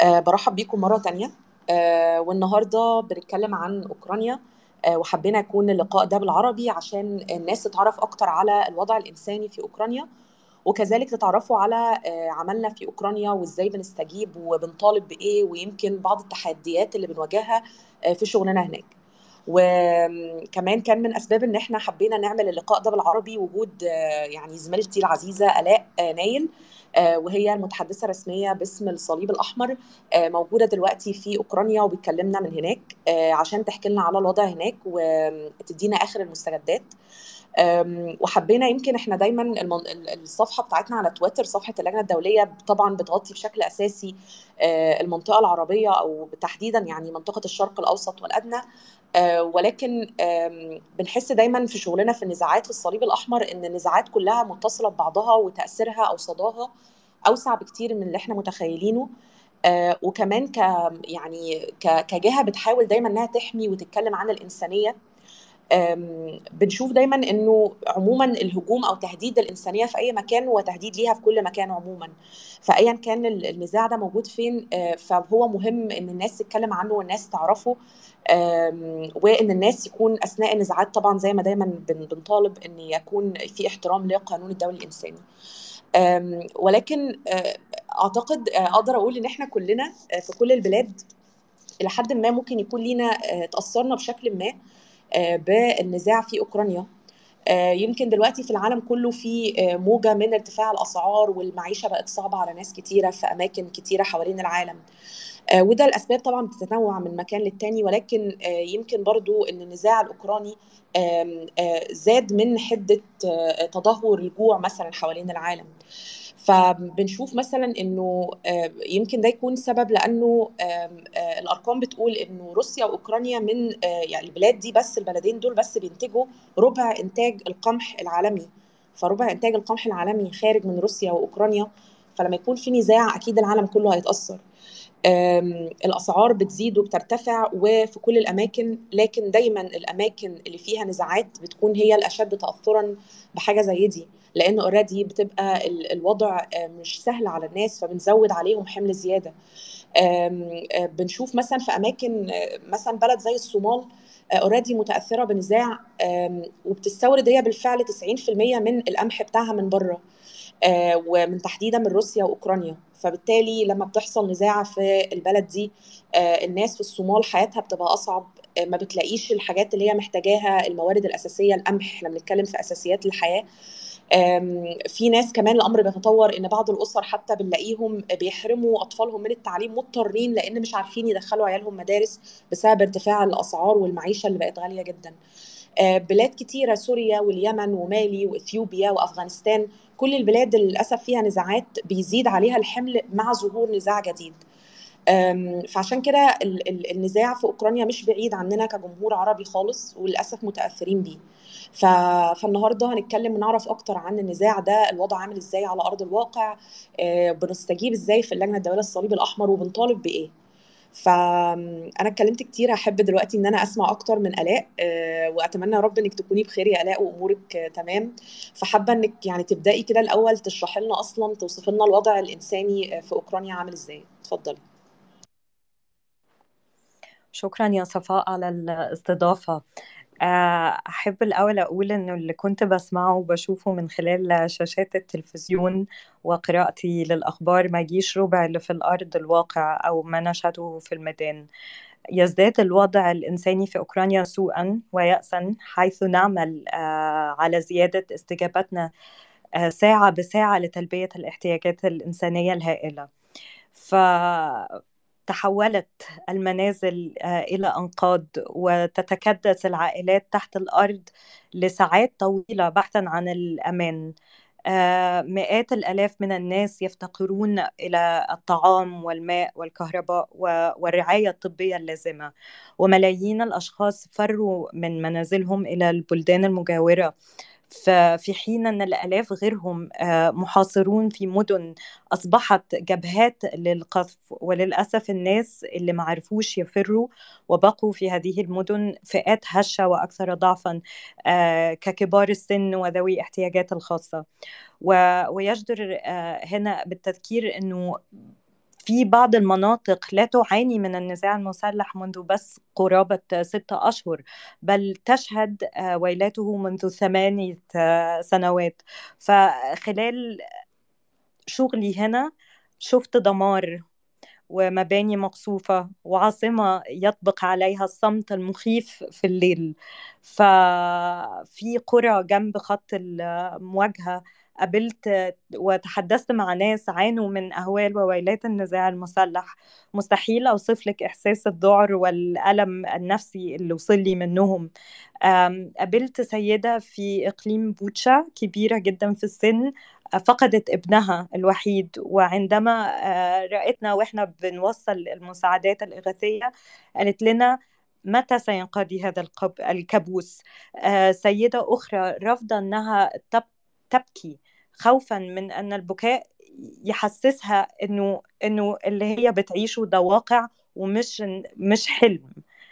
برحب بيكم مرة تانية. والنهاردة بنتكلم عن أوكرانيا. وحبينا يكون اللقاء ده بالعربي عشان الناس تتعرف أكتر على الوضع الإنساني في أوكرانيا، وكذلك تتعرفوا على عملنا في أوكرانيا وإزاي بنستجيب وبنطالب بإيه، ويمكن بعض التحديات اللي بنواجهها في شغلنا هناك. وكمان كان من أسباب إن إحنا حبينا نعمل اللقاء ده بالعربي وجود يعني زميلتي العزيزة آلاء نايل، وهي المتحدثة الرسمية باسم الصليب الأحمر، موجودة دلوقتي في أوكرانيا وبتكلمنا من هناك عشان تحكي لنا على الوضع هناك وتدينا آخر المستجدات. وحبينا يمكن احنا دايما الصفحه بتاعتنا على تويتر، صفحه اللجنه الدوليه، طبعا بتغطي بشكل اساسي المنطقه العربيه او تحديدا يعني منطقه الشرق الاوسط والادنى. ولكن بنحس دايما في شغلنا في النزاعات في الصليب الاحمر ان النزاعات كلها متصله ببعضها وتاثيرها او صداها اوسع بكتير من اللي احنا متخيلينه. وكمان كجهه بتحاول دايما انها تحمي وتتكلم عن الانسانيه. بنشوف دايما انه عموما الهجوم او تهديد الانسانيه في اي مكان هو تهديد ليها في كل مكان عموما، فايا كان النزاع ده موجود فين. فهو مهم ان الناس تتكلم عنه والناس تعرفه. وان الناس يكون اثناء النزاعات طبعا زي ما دايما بنطالب ان يكون في احترام لقانون الدولي الانساني. ولكن اعتقد اقدر اقول ان احنا كلنا في كل البلاد الى حد ما ممكن يكون لينا تاثرنا بشكل ما بالنزاع في اوكرانيا. يمكن دلوقتي في العالم كله في موجة من ارتفاع الأسعار، والمعيشة بقت صعبة على ناس كتيرة في أماكن كتيرة حوالين العالم. وده الأسباب طبعا بتتنوع من مكان للتاني، ولكن يمكن برضو أن النزاع الأوكراني زاد من حدة تدهور الجوع مثلا حوالين العالم. فبنشوف مثلا انه يمكن ده يكون سبب لانه الارقام بتقول انه روسيا واوكرانيا من يعني البلاد دي بس، البلدين دول بس بينتجوا ربع انتاج القمح العالمي. فربع انتاج القمح العالمي خارج من روسيا واوكرانيا. فلما يكون في نزاع اكيد العالم كله هيتاثر. الأسعار بتزيد وبترتفع وفي كل الأماكن، لكن دايما الأماكن اللي فيها نزاعات بتكون هي الأشد تأثرا بحاجة زي دي، لأن اوريدي بتبقى الوضع مش سهل على الناس، فبنزود عليهم حمل زيادة. بنشوف مثلا في أماكن مثلا بلد زي الصومال اوريدي متأثرة بنزاع، وبتستورد هي بالفعل 90% من القمح بتاعها من بره، ومن تحديدا من روسيا واوكرانيا. فبالتالي لما بتحصل نزاع في البلد دي الناس في الصومال حياتها بتبقى اصعب. ما بتلاقيش الحاجات اللي هي محتاجاها، الموارد الاساسيه، القمح، احنا بنتكلم في اساسيات الحياه. في ناس كمان الامر بيتطور ان بعض الاسر حتى بنلاقيهم بيحرموا اطفالهم من التعليم مضطرين، لان مش عارفين يدخلوا عيالهم مدارس بسبب ارتفاع الاسعار والمعيشه اللي بقت غاليه جدا. بلاد كتيرة، سوريا واليمن ومالي وإثيوبيا وأفغانستان، كل البلاد للأسف فيها نزاعات بيزيد عليها الحمل مع ظهور نزاع جديد. فعشان كده النزاع في أوكرانيا مش بعيد عننا كجمهور عربي خالص، وللأسف متأثرين بيه. فالنهاردة هنتكلم ونعرف أكتر عن النزاع ده، الوضع عامل إزاي على أرض الواقع، بنستجيب إزاي في اللجنة الدولية الصليب الأحمر، وبنطالب بإيه. فانا اتكلمت كتير، هحب دلوقتي ان انا اسمع اكتر من الاء، واتمنى يا رب انك تكوني بخير يا الاء وامورك تمام. فحابه انك يعني تبداي كده الاول تشرحي لنا، اصلا توصفي لنا الوضع الانساني في اوكرانيا عامل ازاي. اتفضلي. شكرا يا صفاء على الاستضافة. أحب الأول أقول إنه اللي كنت بسمعه وبشوفه من خلال شاشات التلفزيون وقراءتي للأخبار ما يجيش ربع اللي في الأرض الواقع أو ما نشهده في الميدان. يزداد الوضع الإنساني في أوكرانيا سوءا ويأسا، حيث نعمل على زيادة استجابتنا ساعة بساعة لتلبية الاحتياجات الإنسانية الهائلة. فتحولت المنازل إلى أنقاض، وتتكدس العائلات تحت الأرض لساعات طويلة بحثا عن الأمان. مئات الآلاف من الناس يفتقرون إلى الطعام والماء والكهرباء والرعاية الطبية اللازمة، وملايين الأشخاص فروا من منازلهم إلى البلدان المجاورة، في حين أن الآلاف غيرهم محاصرون في مدن أصبحت جبهات للقذف. وللأسف الناس اللي ما عرفوش يفروا وبقوا في هذه المدن فئات هشة وأكثر ضعفا، ككبار السن وذوي احتياجات الخاصة. ويجدر هنا بالتذكير أنه في بعض المناطق لا تعاني من النزاع المسلح منذ بس قرابة 6 أشهر، بل تشهد ويلاته منذ 8 سنوات. فخلال شغلي هنا شفت دمار ومباني مقصوفة وعاصمة يطبق عليها الصمت المخيف في الليل. ففي قرى جنب خط المواجهة قابلت وتحدثت مع ناس عانوا من أهوال وويلات النزاع المسلح. مستحيل أوصف لك إحساس الذعر والألم النفسي اللي وصل لي منهم. قابلت سيدة في إقليم بوتشا كبيرة جدا في السن، فقدت ابنها الوحيد، وعندما رأتنا وإحنا بنوصل المساعدات الإغاثية قالت لنا: متى سينقضي هذا الكابوس؟ سيدة أخرى رافضة أنها تبكي، خوفا من أن البكاء يحسسها إنه اللي هي بتعيشه ده واقع ومش حلم.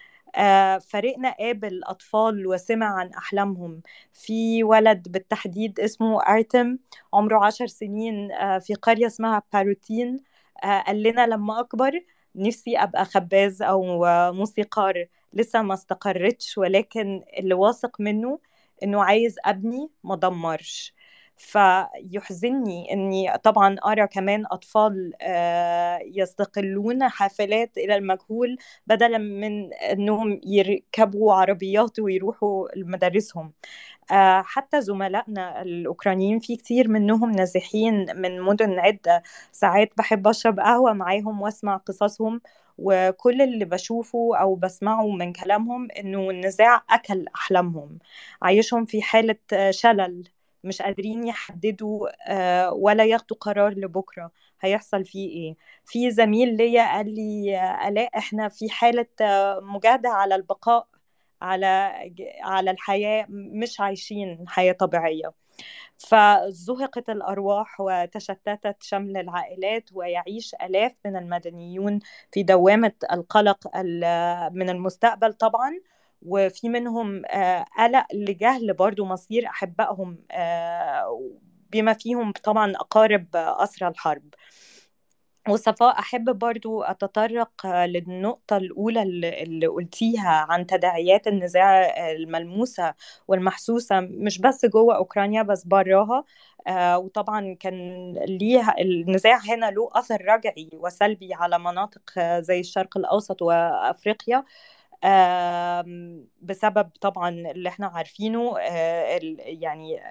فريقنا قابل أطفال وسمع عن أحلامهم. في ولد بالتحديد اسمه أرتم، عمره 10 سنين، في قرية اسمها باروتين. قال لنا: لما أكبر نفسي أبقى خباز أو موسيقار. لسه ما استقرتش، ولكن اللي واثق منه إنه عايز أبني ما دمرش. فيحزنني أني طبعا أرى كمان أطفال يستقلون حافلات إلى المجهول بدلا من أنهم يركبوا عربيات ويروحوا لمدارسهم. حتى زملائنا الأوكرانيين في كتير منهم نازحين من مدن عدة. ساعات بحب أشرب قهوة معاهم وأسمع قصصهم، وكل اللي بشوفه أو بسمعه من كلامهم إنه النزاع أكل أحلامهم، عايشهم في حالة شلل، مش قادرين يحددوا ولا ياخدوا قرار لبكرة هيحصل فيه إيه. في زميل ليا قال لي: آلاء، إحنا في حالة مجاهدة على البقاء، على الحياة، مش عايشين حياة طبيعية. فزهقت الأرواح وتشتتت شمل العائلات، ويعيش آلاف من المدنيون في دوامة القلق من المستقبل طبعا. وفي منهم قلق لجهل برضو مصير أحبائهم، بما فيهم طبعا أقارب أسرى الحرب. وصفاء، أحب برضو أتطرق للنقطة الأولى اللي قلتيها عن تداعيات النزاع الملموسة والمحسوسة، مش بس جوه أوكرانيا بس براها. وطبعا كان ليها النزاع هنا له أثر رجعي وسلبي على مناطق زي الشرق الأوسط وأفريقيا، بسبب طبعا اللي احنا عارفينه، يعني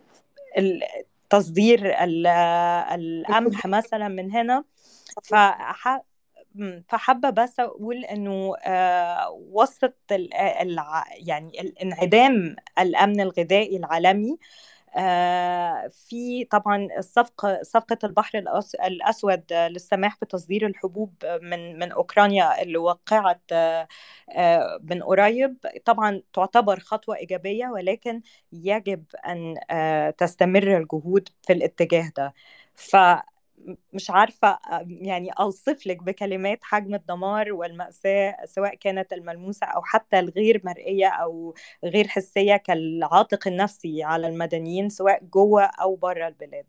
تصدير القمح مثلا من هنا. فحابة بس أقول إنه وسط يعني الانعدام الأمن الغذائي العالمي، في طبعا صفقة البحر الأسود للسماح بتصدير الحبوب من أوكرانيا اللي وقعت من قريب، طبعا تعتبر خطوة إيجابية، ولكن يجب أن تستمر الجهود في الاتجاه ده. مش عارفة يعني أوصف لك بكلمات حجم الدمار والمأساة، سواء كانت الملموسة أو حتى الغير مرئية أو غير حسية، كالعاتق النفسي على المدنيين سواء جوه أو بره البلاد.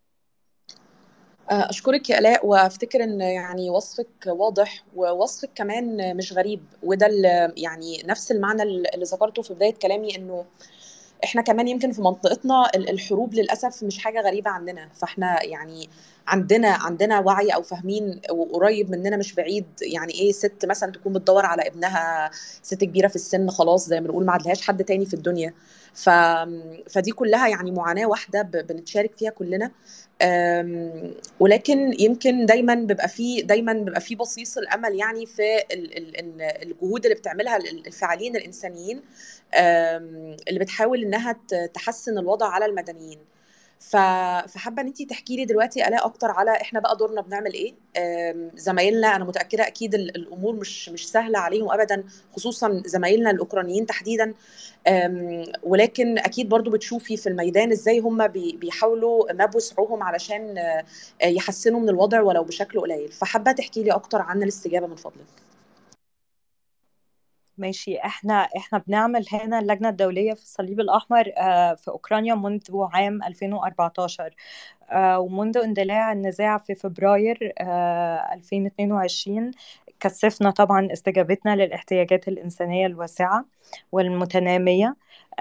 أشكرك يا آلاء، وأفتكر إن يعني وصفك واضح ووصفك كمان مش غريب، وده يعني نفس المعنى اللي ذكرته في بداية كلامي، إنه احنا كمان يمكن في منطقتنا الحروب للاسف مش حاجه غريبه عننا، فاحنا يعني عندنا وعي او فاهمين، وقريب مننا مش بعيد يعني ايه ست مثلا تكون بتدور على ابنها، ست كبيره في السن خلاص زي ما بنقول ما عادلهاش حد تاني في الدنيا. ف... فدي كلها يعني معاناه واحده بنتشارك فيها كلنا. ولكن يمكن دايما بيبقى فيه بصيص الامل يعني في الجهود اللي بتعملها الفاعلين الانسانيين، اللي بتحاول انها تحسن الوضع على المدنيين. فحابه ان انت تحكي لي دلوقتي الاء اكتر على احنا بقى دورنا بنعمل ايه. زمايلنا انا متاكده اكيد الامور مش سهله عليهم ابدا، خصوصا زمايلنا الاوكرانيين تحديدا. ولكن اكيد برضو بتشوفي في الميدان ازاي هم بيحاولوا ما بوسعهم علشان يحسنوا من الوضع ولو بشكل قليل. فحابه تحكي لي اكتر عن الاستجابه من فضلك. ماشي. احنا بنعمل هنا اللجنة الدولية في الصليب الأحمر في أوكرانيا منذ عام 2014. ومنذ اندلاع النزاع في فبراير 2022 كثفنا طبعا استجابتنا للاحتياجات الإنسانية الواسعة والمتنامية.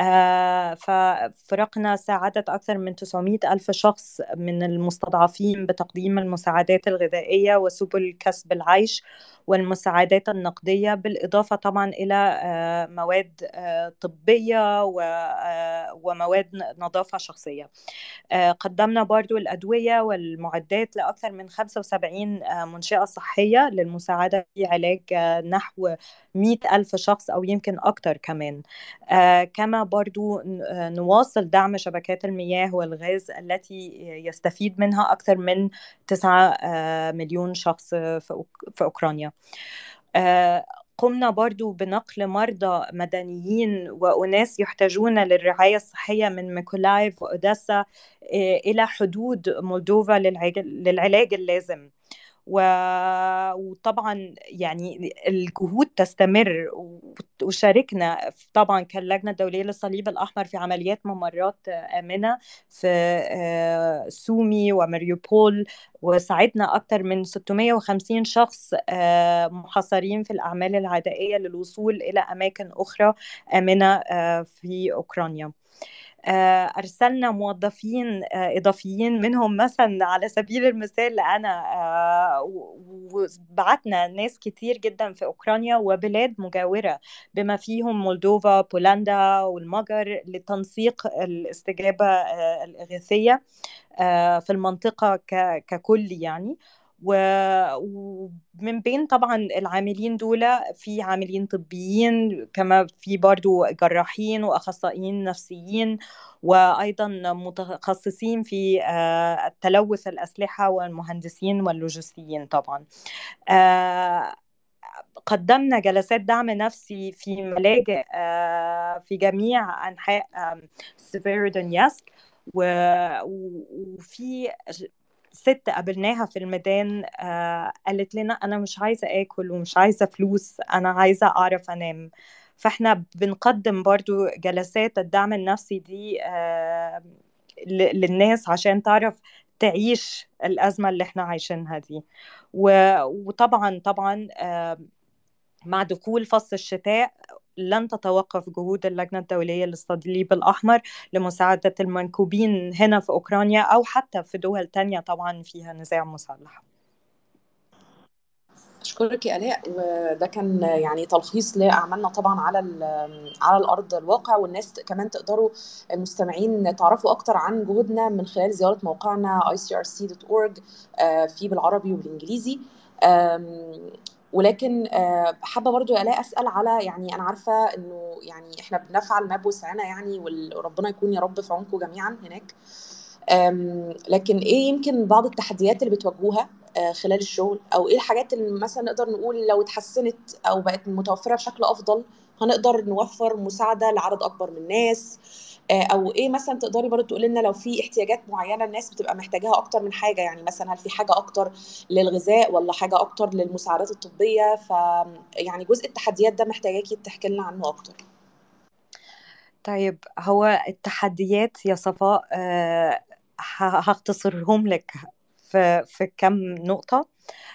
ففرقنا ساعدت أكثر من 900 ألف شخص من المستضعفين بتقديم المساعدات الغذائية وسبل كسب العيش والمساعدات النقدية، بالإضافة طبعا إلى مواد طبية ومواد نظافة شخصية. قدمنا برضو الأدوية والمعدات لأكثر من 75 منشأة صحية للمساعدة في علاج نحو 100 ألف شخص أو يمكن أكثر كمان. كما برضو نواصل دعم شبكات المياه والغاز التي يستفيد منها أكثر من 9 مليون شخص في أوكرانيا. قمنا برضو بنقل مرضى مدنيين وأناس يحتاجون للرعاية الصحية من ميكولايف وأوديسا إلى حدود مولدوفا للعلاج اللازم. وطبعا يعني الجهود تستمر، وشاركنا طبعا كاللجنة الدولية للصليب الأحمر في عمليات ممرات آمنة في سومي وماريوبول، وساعدنا أكثر من 650 شخص محاصرين في الأعمال العدائية للوصول إلى أماكن أخرى آمنة في أوكرانيا. أرسلنا موظفين إضافيين، منهم مثلا على سبيل المثال أنا، وبعتنا ناس كتير جدا في أوكرانيا وبلاد مجاورة بما فيهم مولدوفا، بولندا والمجر، لتنسيق الاستجابة الإغاثية في المنطقة ككل يعني. ومن بين طبعا العاملين دول في عاملين طبيين، كما في برضو جراحين وأخصائيين نفسيين، وأيضا متخصصين في التلوث الأسلحة والمهندسين واللوجستيين طبعا. قدمنا جلسات دعم نفسي في ملاجئ في جميع أنحاء سيفيرودونيسك، وفي ست قابلناها في الميدان قالت لنا أنا مش عايزة آكل ومش عايزة فلوس، أنا عايزة أعرف أنام. فإحنا بنقدم برضو جلسات الدعم النفسي دي للناس عشان تعرف تعيش الأزمة اللي احنا عايشينها دي. وطبعا مع دخول فصل الشتاء لن تتوقف جهود اللجنة الدولية للصليب الأحمر لمساعدة المنكوبين هنا في أوكرانيا أو حتى في دول تانية طبعا فيها نزاع مسلح. أشكرك يا آلاء، وده كان يعني تلخيص لأعمالنا طبعا على الأرض الواقع، والناس كمان تقدروا المستمعين تعرفوا أكتر عن جهودنا من خلال زيارة موقعنا icrc.org فيه بالعربي وبالإنجليزي. ولكن حابة برضو يا آلاء أسأل على، يعني أنا عارفة إنه يعني إحنا بنفعل ما بوسعنا يعني، وربنا يكون يا رب في عونكم جميعا هناك. لكن ايه يمكن بعض التحديات اللي بتواجهوها خلال الشغل، او ايه الحاجات اللي مثلا نقدر نقول لو اتحسنت او بقت متوفرة بشكل افضل هنقدر نوفر مساعدة لعدد اكبر من الناس، او ايه مثلا تقدري برضو تقولي لنا لو في احتياجات معينة الناس بتبقى محتاجاها اكتر من حاجة، يعني مثلا هل في حاجة اكتر للغذاء ولا حاجة اكتر للمساعدات الطبية؟ يعني جزء التحديات ده محتاجاكي تحكي لنا عنه اكتر. طيب، هو التحديات يا صفاء هختصرهم لك في كم نقطة،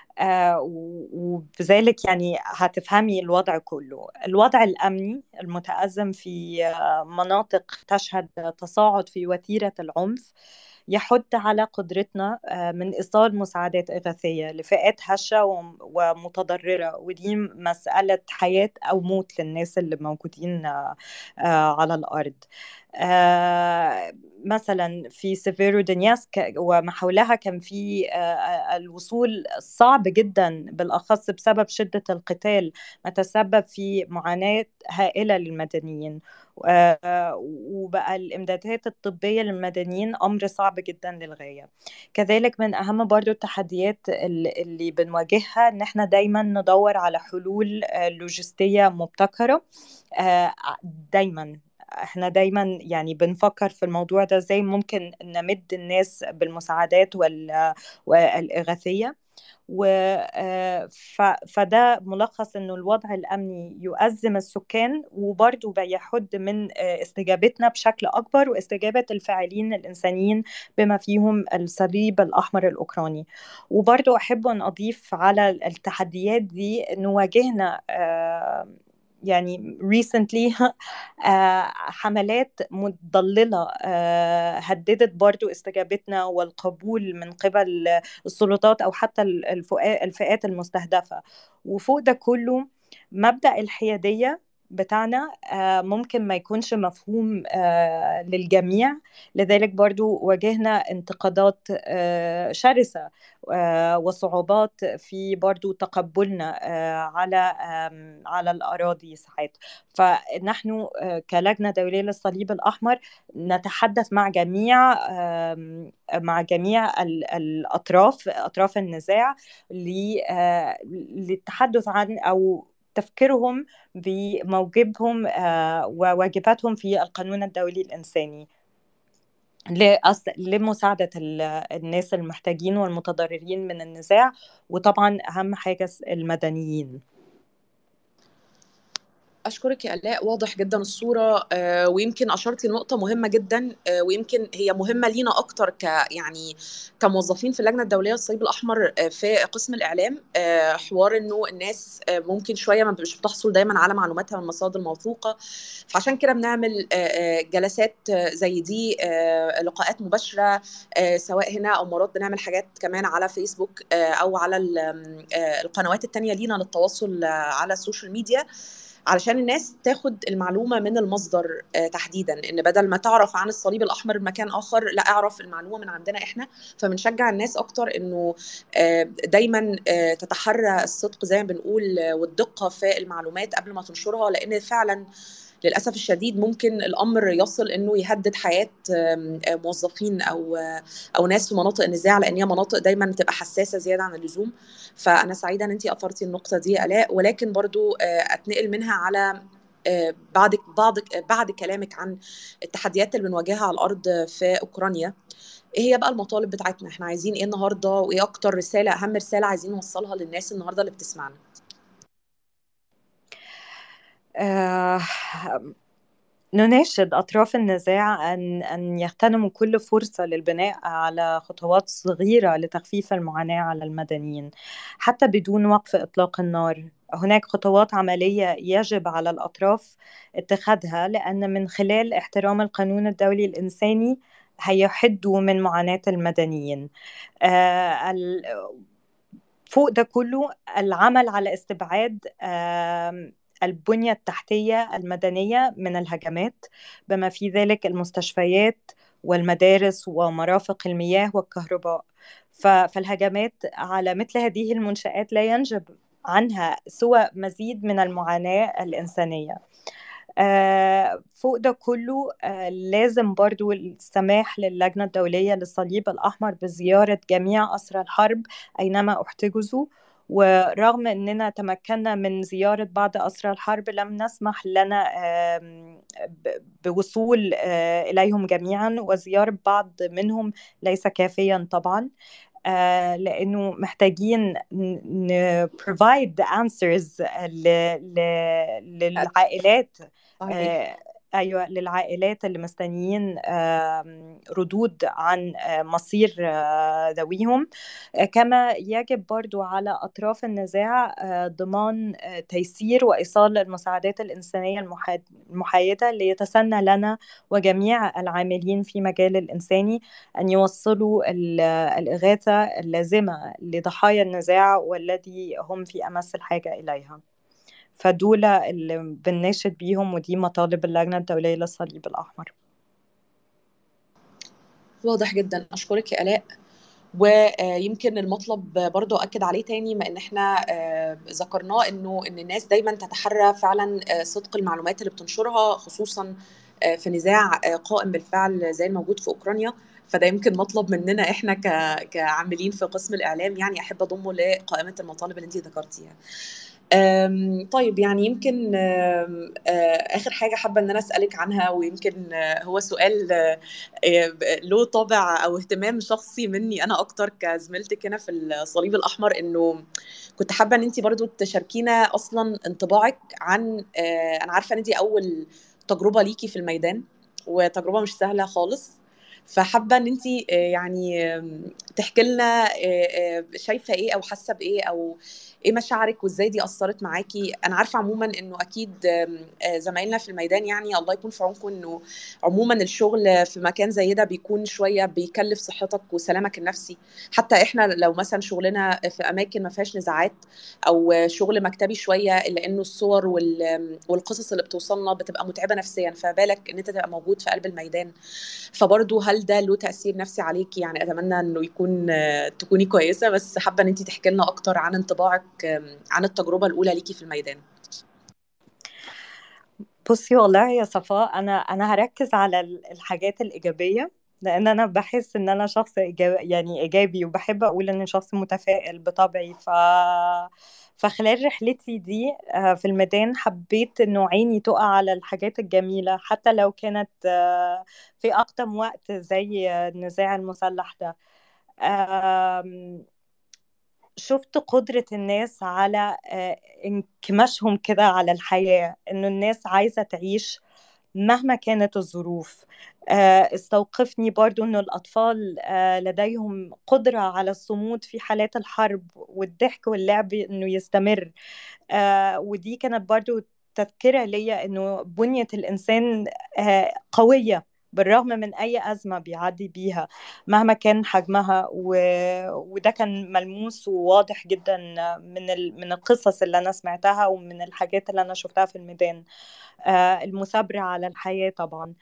وبذلك يعني هتفهمي الوضع كله. الوضع الأمني المتأزم في مناطق تشهد تصاعد في وتيرة العنف يحد على قدرتنا من إيصال مساعدات إغاثية لفئات هشة ومتضررة، ودي مسألة حياة أو موت للناس اللي موجودين على الأرض. مثلا في سيفيرودونيسك وما حولها كان في الوصول صعب جدا، بالأخص بسبب شدة القتال ما تسبب في معاناة هائلة للمدنيين، وبقى الإمدادات الطبية للمدنيين أمر صعب جدا للغاية. كذلك من أهم برضو التحديات اللي بنواجهها إن احنا دايما ندور على حلول لوجستية مبتكرة. دايما احنا دايما يعني بنفكر في الموضوع ده، ازاي ممكن نمد الناس بالمساعدات والإغاثية. فده ملخص انه الوضع الامني يؤزم السكان، وبرضه بيحد من استجابتنا بشكل اكبر واستجابه الفاعلين الانسانيين بما فيهم الصليب الاحمر الاوكراني. وبرضه احب ان اضيف على التحديات دي انه واجهنا يعني recently حملات مضللة هددت برضو استجابتنا والقبول من قبل السلطات أو حتى الفئات المستهدفة. وفوق ده كله مبدأ الحيادية بتاعنا ممكن ما يكونش مفهوم للجميع، لذلك برضو واجهنا انتقادات شرسة وصعوبات في برضو تقبلنا على الأراضي ساعات. فنحن كلجنة دولية للصليب الأحمر نتحدث مع جميع أطراف النزاع للتحدث عن أو تفكيرهم بموجبهم وواجباتهم في القانون الدولي الإنساني لمساعدة الناس المحتاجين والمتضررين من النزاع، وطبعا أهم حاجة المدنيين. أشكرك يا آلاء، واضح جدا الصورة، ويمكن أشرتي لنقطة مهمة جدا، ويمكن هي مهمة لينا أكتر يعني كموظفين في اللجنة الدولية للصليب الأحمر في قسم الإعلام. حوار إنه الناس ممكن شوية مش بتحصل دايما على معلوماتها من مصادر موثوقة، فعشان كده بنعمل جلسات زي دي، لقاءات مباشرة سواء هنا أو مرات بنعمل حاجات كمان على فيسبوك أو على القنوات التانية لينا للتواصل على السوشيال ميديا، علشان الناس تاخد المعلومة من المصدر تحديدا، ان بدل ما تعرف عن الصليب الأحمر مكان آخر، لا اعرف المعلومة من عندنا احنا. فبنشجع الناس اكتر انه دايما تتحرى الصدق زي ما بنقول والدقة في المعلومات قبل ما تنشرها، لان فعلا للأسف الشديد ممكن الأمر يصل إنه يهدد حياة موظفين أو ناس في مناطق النزاع، لأن هي مناطق دايما بتبقى حساسة زيادة عن اللزوم. فأنا سعيدة إن أنتي أثرتي النقطة دي آلاء، ولكن برضو أتنقل منها على بعد كلامك عن التحديات اللي بنواجهها على الأرض في أوكرانيا. ايه هي بقى المطالب بتاعتنا؟ احنا عايزين ايه النهارده، وايه اكتر رسالة، اهم رسالة عايزين نوصلها للناس النهارده اللي بتسمعنا؟ نناشد أطراف النزاع أن يغتنموا كل فرصة للبناء على خطوات صغيرة لتخفيف المعاناة على المدنيين حتى بدون وقف إطلاق النار. هناك خطوات عملية يجب على الأطراف اتخاذها، لأن من خلال احترام القانون الدولي الإنساني هيحدوا من معاناة المدنيين. فوق ده كله العمل على استبعاد البنية التحتية المدنية من الهجمات، بما في ذلك المستشفيات والمدارس ومرافق المياه والكهرباء. فالهجمات على مثل هذه المنشآت لا ينجب عنها سوى مزيد من المعاناة الإنسانية. فوق ده كله لازم برضو السماح للجنة الدولية للصليب الأحمر بزيارة جميع أسرى الحرب أينما احتجزوا. ورغم أننا تمكنا من زيارة بعض أسرى الحرب، لم نسمح لنا بوصول إليهم جميعا، وزيارة بعض منهم ليس كافيا طبعا، لأنه محتاجين provide answers للعائلات. أيوة، للعائلات اللي مستنيين ردود عن مصير ذويهم. كما يجب برضو على أطراف النزاع ضمان تيسير وإيصال المساعدات الإنسانية المحايدة ليتسنى لنا وجميع العاملين في مجال الإنساني أن يوصلوا الإغاثة اللازمة لضحايا النزاع والذي هم في أمس الحاجة إليها. فدول اللي بنناشد بيهم، ودي مطالب اللجنة الدولية للصليب الأحمر. واضح جدا، أشكرك يا آلاء. ويمكن المطلب برضو أكد عليه تاني، ما إن إحنا ذكرناه، إن الناس دايما تتحرى فعلا صدق المعلومات اللي بتنشرها، خصوصا في نزاع قائم بالفعل زي الموجود في أوكرانيا. فده يمكن مطلب مننا إحنا كعاملين في قسم الإعلام، يعني أحب أضمه لقائمة المطالب اللي أنت ذكرتيها. طيب يعني يمكن آخر حاجة حابة إن أنا أسألك عنها، ويمكن هو سؤال له طابع أو اهتمام شخصي مني أنا أكتر كزميلتك هنا في الصليب الأحمر، إنه كنت حابة إن أنتي برضو تشاركينا أصلا انطباعك عن أنا عارفة إن دي أول تجربة ليكي في الميدان، وتجربة مش سهلة خالص. فحابة ان انت يعني تحكي لنا شايفة ايه او حاسة بايه او ايه مشاعرك وازاي دي اثرت معاكي. انا عارفة عموما انه اكيد زمايلنا في الميدان يعني الله يكون في عونكم، انه عموما الشغل في مكان زي ده بيكون شوية بيكلف صحتك وسلامك النفسي. حتى احنا لو مثلا شغلنا في اماكن ما فيهاش نزاعات او شغل مكتبي شوية، الا انه الصور والقصص اللي بتوصلنا بتبقى متعبة نفسيا، فبالك ان انت تبقى موجود في قلب الميدان. فبرضه هل ده له تأثير نفسي عليكي؟ يعني أتمنى إنه يكون تكوني كويسة، بس حابة إن أنتي تحكي لنا أكتر عن انطباعك عن التجربة الأولى ليكي في الميدان. بصي والله يا صفاء، انا هركز على الحاجات الايجابيه، لان انا بحس ان انا شخص يعني ايجابي، وبحب اقول ان شخص متفائل بطبعي. فخلال رحلتي دي في الميدان حبيت انه عيني تقع على الحاجات الجميله، حتى لو كانت في اقدم وقت زي النزاع المسلح ده. آم، شفت قدرة الناس على انكماشهم كده على الحياة، انه الناس عايزة تعيش مهما كانت الظروف. استوقفني برضو انه الاطفال لديهم قدرة على الصمود في حالات الحرب، والضحك واللعب انه يستمر. ودي كانت برضو تذكرة ليا انه بنية الانسان قوية بالرغم من اي ازمة بيعدي بيها مهما كان حجمها. وده كان ملموس وواضح جدا من القصص اللي انا سمعتها ومن الحاجات اللي انا شفتها في الميدان. المثابرة على الحياة طبعا.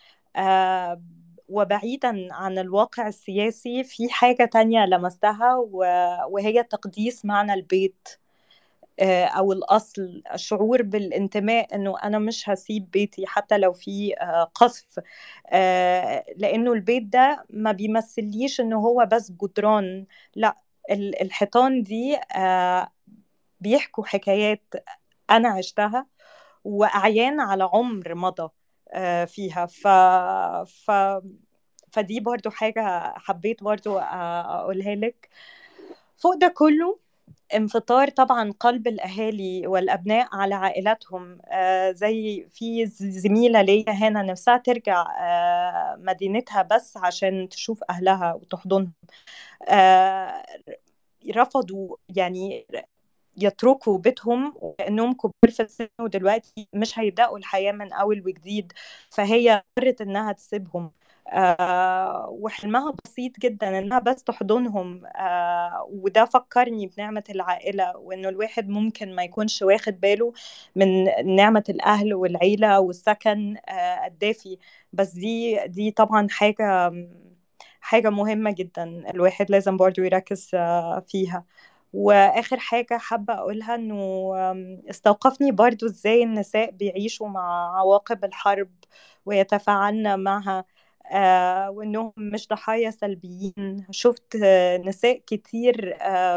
وبعيدا عن الواقع السياسي، في حاجة تانية لمستها وهي تقديس معنى البيت أو الأصل، الشعور بالانتماء، أنه أنا مش هسيب بيتي حتى لو في قصف. لأنه البيت ده ما بيمثليش أنه هو بس جدران، لا، الحيطان دي بيحكوا حكايات أنا عشتها، وأعيان على عمر مضى فيها. ف... فدي برضو حاجة حبيت برضو أقولها لك. فوق ده كله، انفطار طبعا قلب الأهالي والأبناء على عائلاتهم. زي في زميلة ليا هنا نفسها ترجع مدينتها بس عشان تشوف أهلها وتحضنهم. آه، رفضوا يعني يتركوا بيتهم وكأنهم كبار في السن، ودلوقتي مش هيبدأوا الحياة من أول وجديد، فهي قررت إنها تسيبهم. وحلمها بسيط جدا، إنها بس تحضنهم. وده فكرني بنعمة العائلة، وإنه الواحد ممكن ما يكونش واخد باله من نعمة الأهل والعيلة والسكن الدافي، بس دي طبعا حاجة مهمة جدا، الواحد لازم برضو يركز فيها. وآخر حاجة حابة أقولها إنه استوقفني برضو إزاي النساء بيعيشوا مع عواقب الحرب ويتفاعلن معها. وإنهم مش ضحايا سلبيين. شفت نساء كتير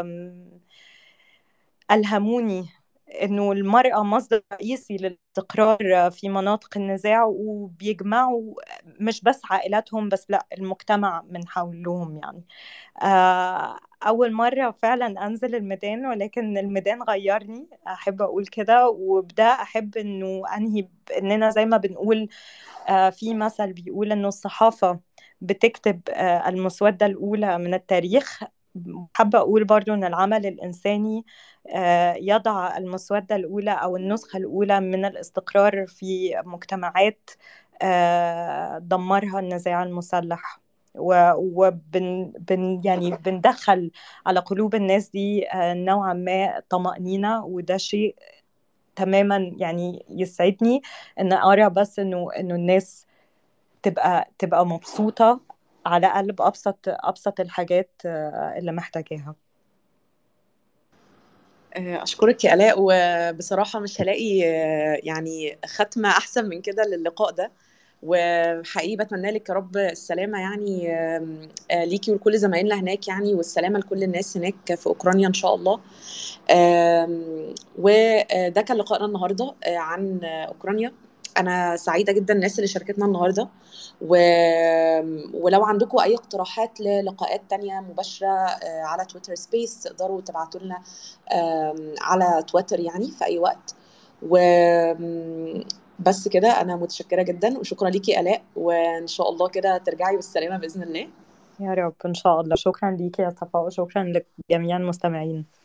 ألهموني إنه المرأة مصدر رئيسي للاستقرار في مناطق النزاع، وبيجمعوا مش بس عائلاتهم بس، لا، المجتمع من حولهم يعني. أول مرة فعلا أنزل الميدان، ولكن الميدان غيرني، أحب أقول كده. وبده أحب أنه أنهي أننا زي ما بنقول في مثل بيقول أنه الصحافة بتكتب المسودة الأولى من التاريخ. حابة أقول برضو أن العمل الإنساني يضع المسودة الأولى أو النسخة الأولى من الاستقرار في مجتمعات دمرها النزاع المسلح. يعني بندخل على قلوب الناس دي نوعا ما طمأنينة، وده شيء تماما يعني يسعدني ان ارى بس انه الناس تبقى مبسوطة على الأقل بأبسط الحاجات اللي محتاجاها. أشكرك يا آلاء، وبصراحة مش هلاقي يعني ختمة أحسن من كده للقاء ده. وحقيقي بتمنى لك يا رب السلامة يعني، ليكي ولكل زمايلنا هناك يعني، والسلامة لكل الناس هناك في أوكرانيا إن شاء الله. وده كان لقائنا النهاردة عن أوكرانيا. أنا سعيدة جدا الناس اللي شاركتنا النهاردة، و... ولو عندكم أي اقتراحات للقاءات تانية مباشرة على تويتر سبيس تقدروا تبعتوا لنا على تويتر يعني في أي وقت. بس كده أنا متشكرة جدا، وشكرا ليكي آلاء، وإن شاء الله كده ترجعي بالسلامة بإذن الله. يا رب إن شاء الله. شكرا ليكي يا صفاء، وشكرا لجميع المستمعين.